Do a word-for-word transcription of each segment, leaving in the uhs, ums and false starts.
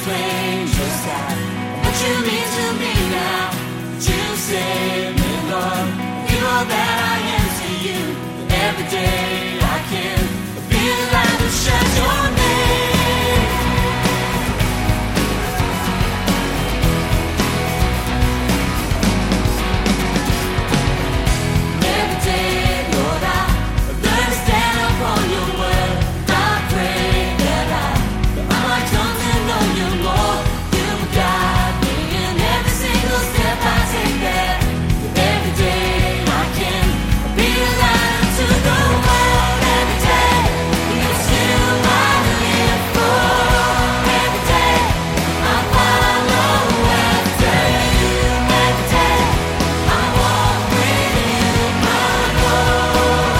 stranger side. What you mean to me now? You save me, Lord. You know that I am to you. Every day I can be the light that shines your name. Every day, Lord, I learn to stand upon your word. I pray that I, that I might come to know you more. You will guide me in every single step I take there. Every day I can be a light to the world. Every day it's you I live for. Every day I follow after you. Every day I walk with you, my Lord.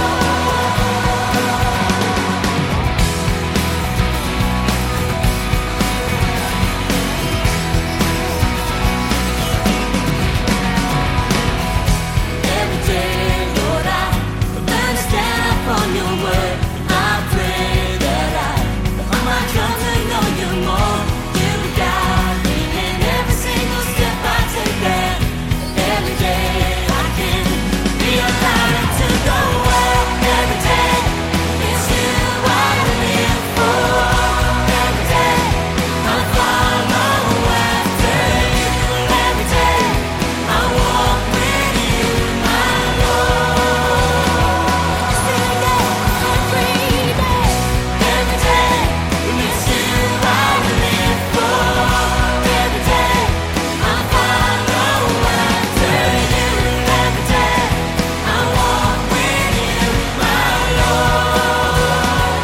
Every day, Lord, I learn to stand upon your word. I pray that I, that I might come to know you more. You guide me in every single step I take there. Every day I can be a light to the world. Every day it's you I live for. Every day I follow after you. Every day I walk with you, my Lord. Every day, every day it's you I live for. Every day I follow after you. Every day I walk with you, my Lord.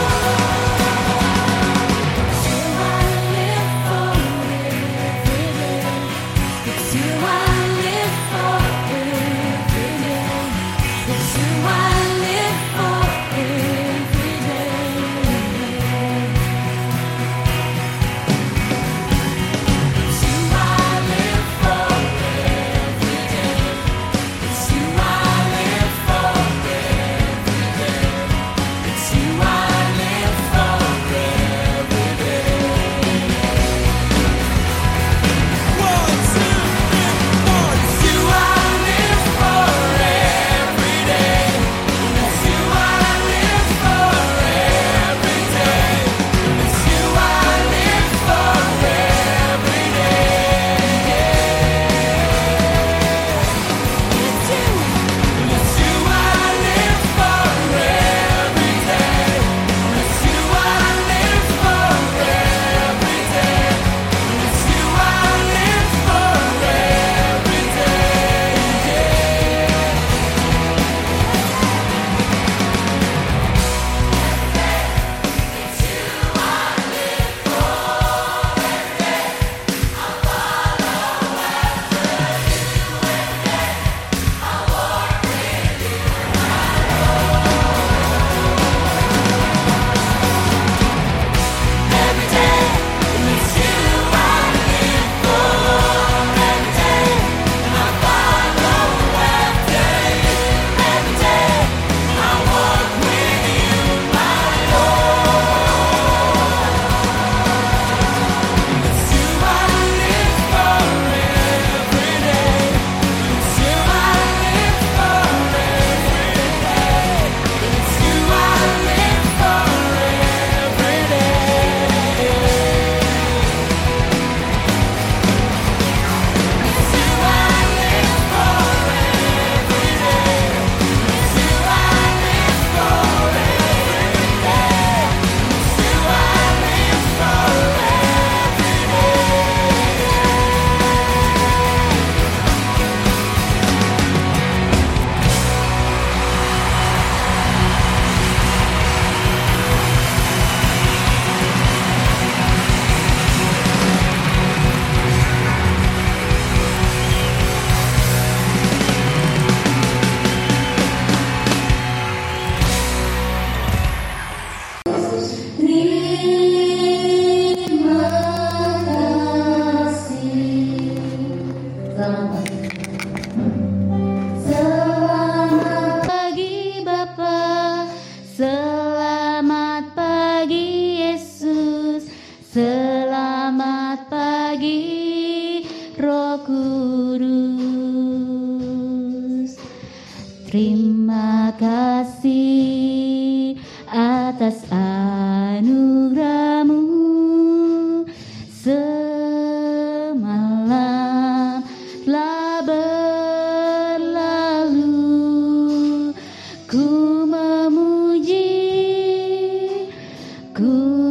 It's you I live for every day. It's you I live for every day. It's you I live for every day. It's you I live for every day. It's you I live for every day. It's you I live for every day. One, two, three, four. It's you I live for every day. It's you I live for every day. It's you I live for every day. It's you. It's you I live for every day. It's you I live for every day. It's you I live for every Every day it's you I live for. Every day I follow after you. Every day I walk with you, my Lord. It's you I live for every day. It's you I live for every day. It's you I live for every day. It's you I live for every day. It's you I live for every day. It's you I live for Selamat pagi Bapa, selamat pagi Yesus, selamat Roh Kudus. Terima kasih atas anugerah-Mu. Semalam telah berlalu, ku memuji, ku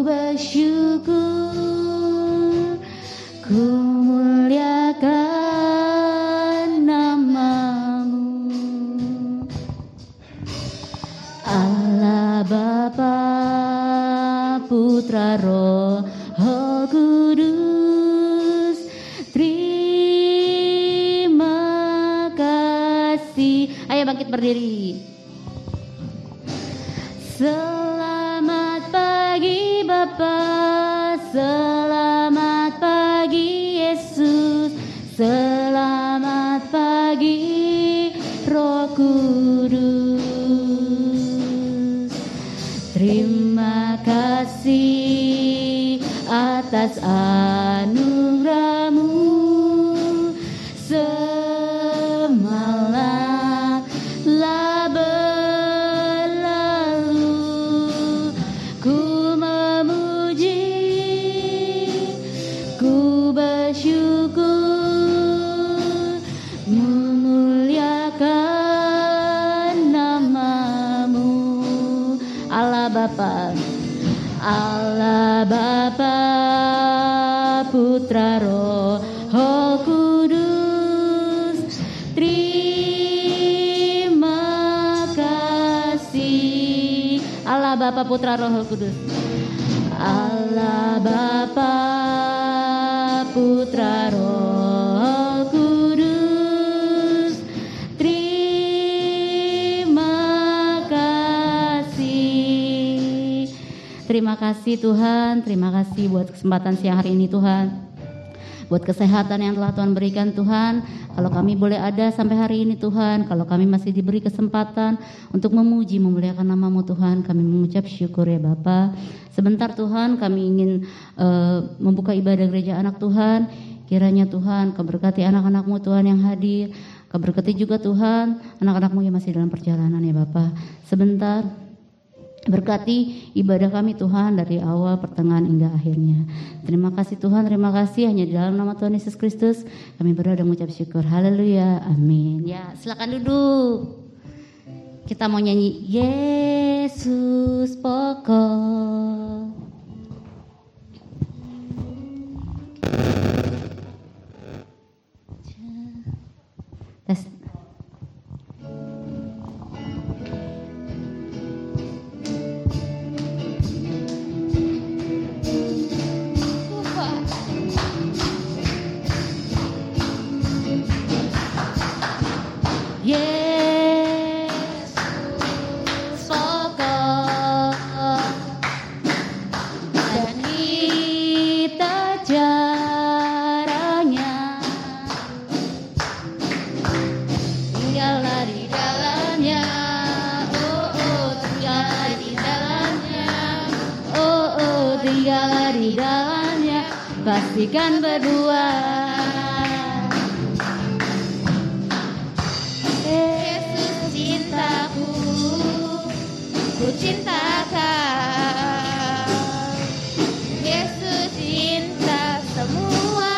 bersyukur, ku muliakan nama-Mu. Allah Bapa, Putra, Roh Kudus, terima kasih. Ayo bangkit berdiri. Selamat pagi Bapa, selamat pagi Yesus, selamat pagi Roh Kudus. Terima kasih atas anugerah-Mu. Semalam telah berlalu, ku memuji, ku bersyukur, memuliakan nama-Mu. Allah Bapa, Allah Bapa, Putra, Roh Kudus, terima kasih. Allah Bapa, Putra, Roh Kudus. Allah Bapa, Putra, Roh Kudus, terima kasih. Terima kasih Tuhan, terima kasih buat kesempatan siang hari ini Tuhan, buat kesehatan yang telah Tuhan berikan Tuhan. Kalau kami boleh ada sampai hari ini Tuhan, kalau kami masih diberi kesempatan untuk memuji, memuliakan nama-Mu Tuhan, kami mengucap syukur ya Bapa. Sebentar Tuhan, kami ingin uh, membuka ibadah gereja anak Tuhan. Kiranya Tuhan Kau berkati anak-anak-Mu Tuhan yang hadir, Kau berkati juga Tuhan anak-anak-Mu yang masih dalam perjalanan ya Bapa. Sebentar berkati ibadah kami Tuhan dari awal, pertengahan hingga akhirnya. Terima kasih Tuhan, terima kasih. Hanya di dalam nama Tuhan Yesus Kristus kami berdoa dan mengucap syukur. Haleluya, amin. Ya, silakan duduk. Kita mau nyanyi Yesus pokok. Tes. Yesus pokok dan kita jarangnya, tinggallah di dalamnya, oh oh tinggallah di dalamnya, oh oh tinggallah di dalamnya, pastikan berdua. Ku cinta Kau, Yesus cinta semua.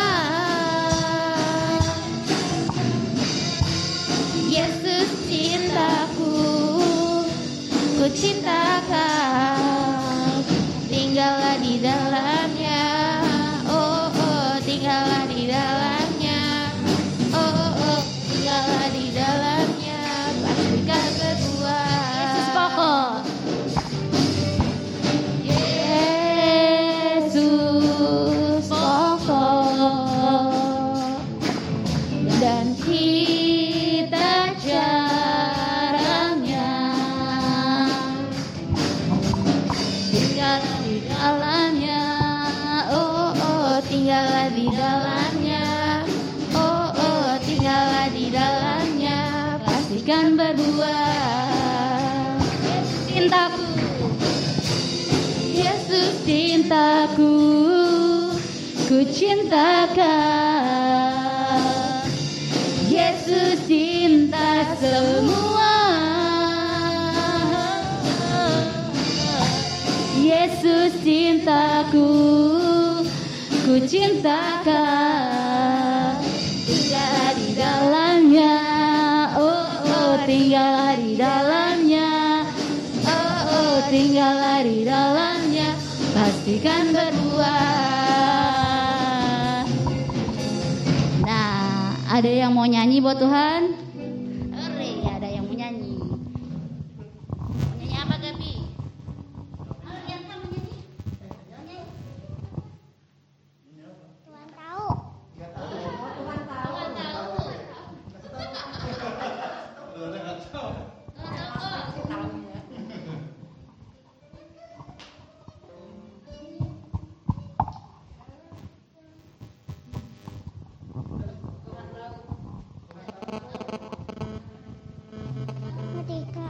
Yesus cintaku, ku cinta Kau, tinggallah di dalamnya, oh oh tinggallah di dalamnya, oh oh tinggallah di dalamnya, pastikan berdua. Yesus pokok. Dan kita jarangnya tinggal di dalamnya, oh oh tinggallah di dalamnya, oh oh tinggallah di dalamnya, pastikan berdua. Cintaku, Yesus cintaku, ku cinta Kau. semua. Yesus cintaku, ku cintakan. Tinggallah di dalamnya, oh oh, tinggallah di dalamnya, oh oh, tinggallah di dalamnya, pastikan berbuah. Nah, ada yang mau nyanyi buat Tuhan? Hore, ada yang mau nyanyi. Mau nyanyi apa, Gabi? Halo, yang mau nyanyi? Tuhan tahu. Tuhan tahu. Ketika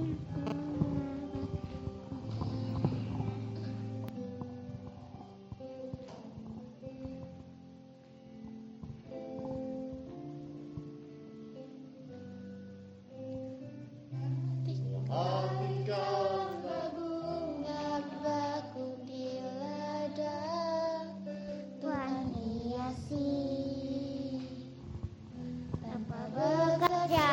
bunga baku di ladang, Tuhan hiasi tanpa bekerja.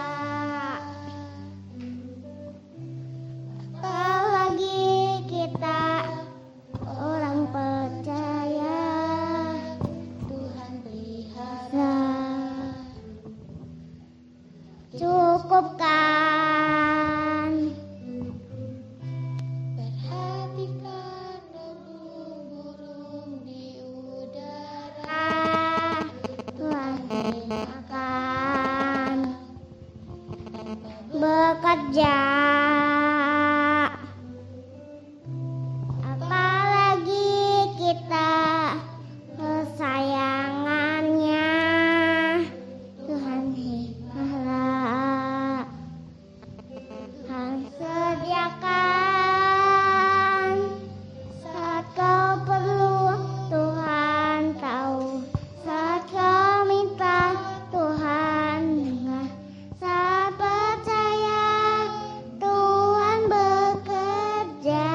Apalagi kita orang percaya, Tuhan pelihara. Cukupkan perhatikan burung-burung di udara, Tuhan akan bekerja. Apalagi kita kesayangannya, Tuhan pelihara. Tuhan sediakan saat kau perlu, Tuhan tahu saat kau minta, Tuhan dengar. Saat percaya, Tuhan bekerja.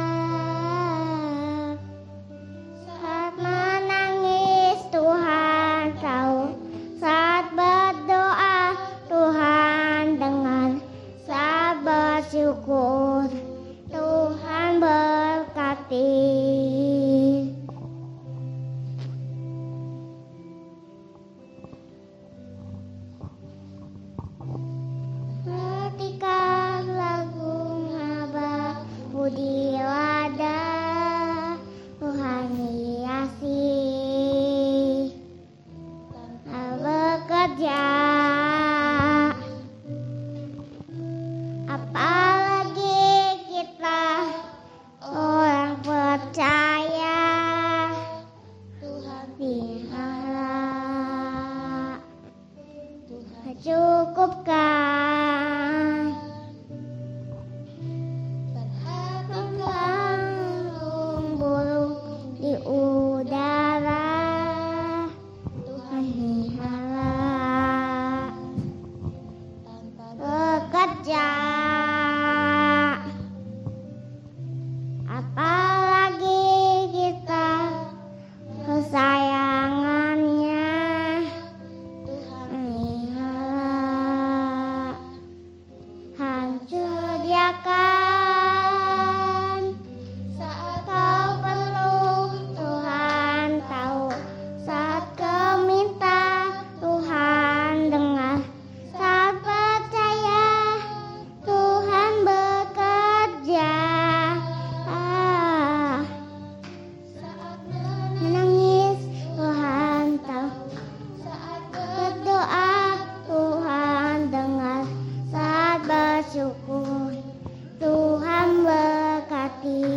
Saat menangis, Tuhan tahu. Saat berdoa, Tuhan dengar. Saat bersyukur, Tuhan berkati. Ketika lagu ngabaku di wadah, Tuhan hiasi tanpa bekerja. Apalagi kita orang percaya, Tuhan pelihara. Tuhan cukupkan perhatikan burung di udara, Tuhan pelihara. Bekerja. Apalagi kita kesayangannya, Tuhan pelihara. Hancur sediakan saat kau perlu, Tuhan tahu. Saat kau minta, Tuhan dengar. Saat percaya, Tuhan bekerja. Ah. Saat menangis, Tuhan tahu. Saat berdoa, Tuhan dengar. Saat bersyukur, Tuhan berkati.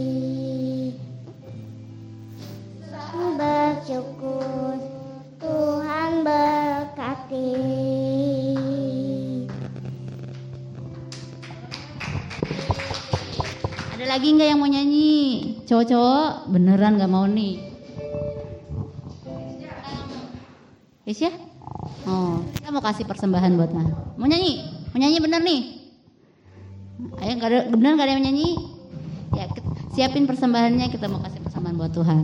Saat bersyukur, Tuhan berkati. Ada lagi nggak yang mau nyanyi? Cowok-cowok beneran nggak mau nih? Yes ya? Oh, kita mau kasih persembahan buat Ma. Mau nyanyi? Mau nyanyi bener nih? Ayo, gak ada, bener gak ada yang nyanyi? Ya, siapin persembahannya, kita mau kasih persembahan buat Tuhan.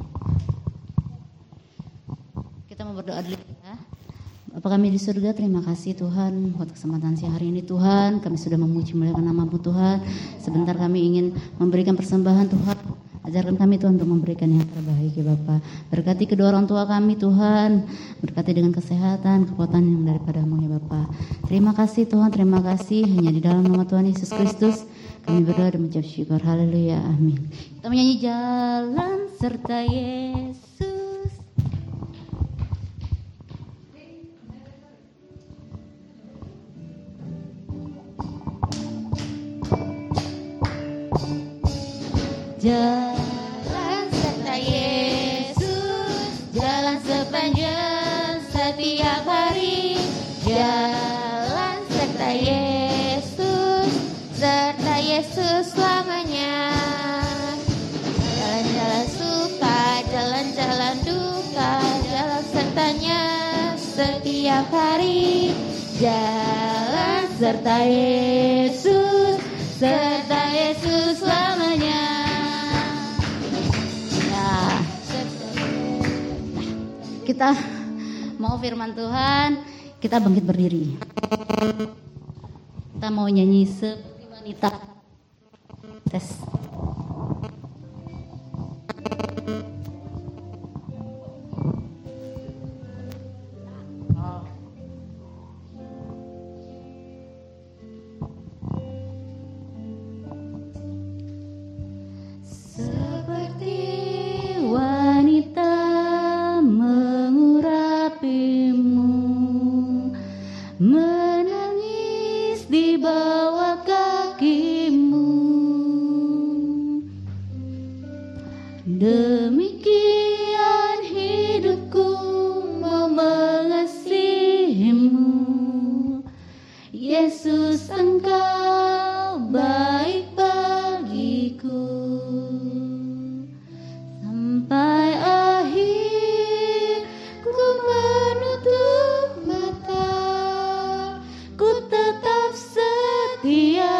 Kita mau berdoa dulu ya. Bapa kami di surga, terima kasih Tuhan buat kesempatan siang hari ini Tuhan. Kami sudah memuji muliakan nama-Mu Tuhan. Sebentar kami ingin memberikan persembahan Tuhan. Ajarkan kami Tuhan untuk memberikan yang terbaik ya Bapa. Berkati kedua orang tua kami Tuhan. Berkati dengan kesehatan, kekuatan yang daripada-Mu ya Bapa. Terima kasih Tuhan, terima kasih. Hanya di dalam nama Tuhan Yesus Kristus kami berdoa dan mengucap syukur. Haleluya, amin. Kita menyanyi jalan serta Yesus. Jalan serta Yesus, jalan sepanjang setiap hari. Jalan serta Yesus, serta Yesus selamanya. Jalan-jalan suka, jalan-jalan duka, jalan sertanya setiap hari. Jalan serta Yesus, serta Yesus selamanya. Kita mau firman Tuhan, kita bangkit berdiri. Kita mau nyanyi seperti wanita. Tes. Seperti wanita mengurapimu, menangis di bawah kakimu. Demikian hidupku mau mengasihimu. Yesus, Engkau baik bagiku. Sampai akhir ku menutup mata, ku tetap setia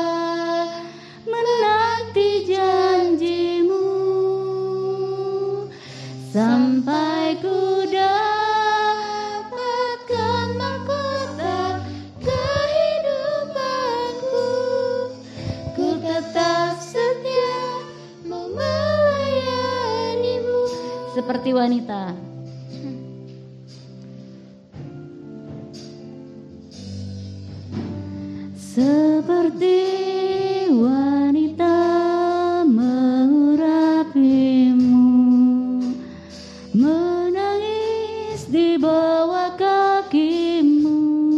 menanti janjimu. Sampai ku dapatkan mahkota kehidupanku, ku tetap setia mau melayanimu. Seperti wanita. Seperti wanita mengurapimu, menangis di bawah kakimu.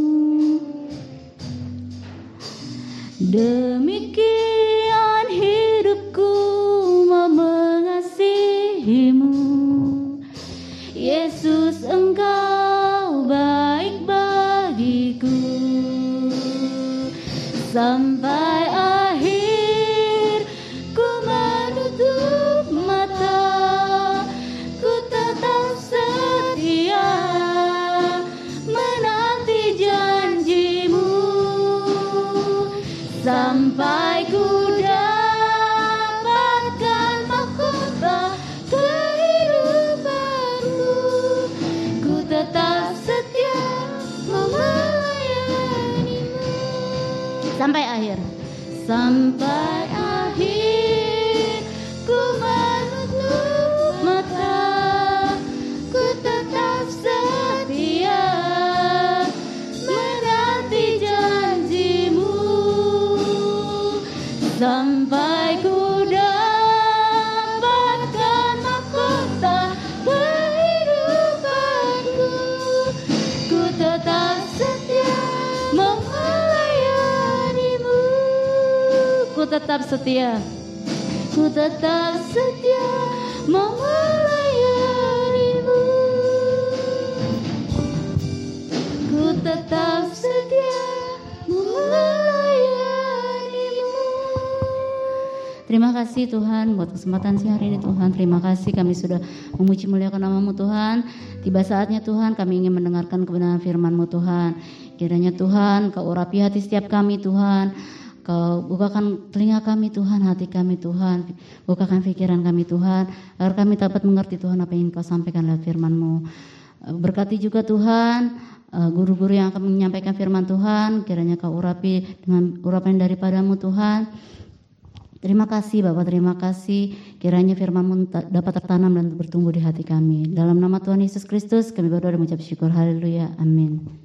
Demikian hidupku mau mengasihimu. Yesus, Engkau baik bagiku. Sampai akhir ku menutup mata, ku tetap setia menanti janjimu. Sampai ku dapatkan mahkota kehidupanku, ku tetap setia melayanimu. Sampai akhir, sampai akhir ku menutup mata, ku tetap setia menanti janjimu. Sampai ku dapatkan mahkota kehidupanku, ku tetap setia melayanimu. Ku tetap setia, ku tetap setia melayanimu. Ku tetap setia melayanimu. Terima kasih Tuhan buat kesempatan siang hari ini Tuhan. Terima kasih kami sudah memuji muliakan nama-Mu Tuhan. Tiba saatnya Tuhan kami ingin mendengarkan kebenaran firman-Mu Tuhan. Kiranya Tuhan Kau urapi hati setiap kami Tuhan. Kau bukakan telinga kami Tuhan, hati kami Tuhan. Bukakan pikiran kami Tuhan. Agar kami dapat mengerti Tuhan apa yang Kau sampaikan lewat firman-Mu. Berkati juga Tuhan guru-guru yang akan menyampaikan firman Tuhan. Kiranya Kau urapi dengan urapan daripada-Mu Tuhan. Terima kasih Bapak, terima kasih. Kiranya firman-Mu dapat tertanam dan bertumbuh di hati kami. Dalam nama Tuhan Yesus Kristus kami berdoa dan mengucap syukur. Haleluya. Amin.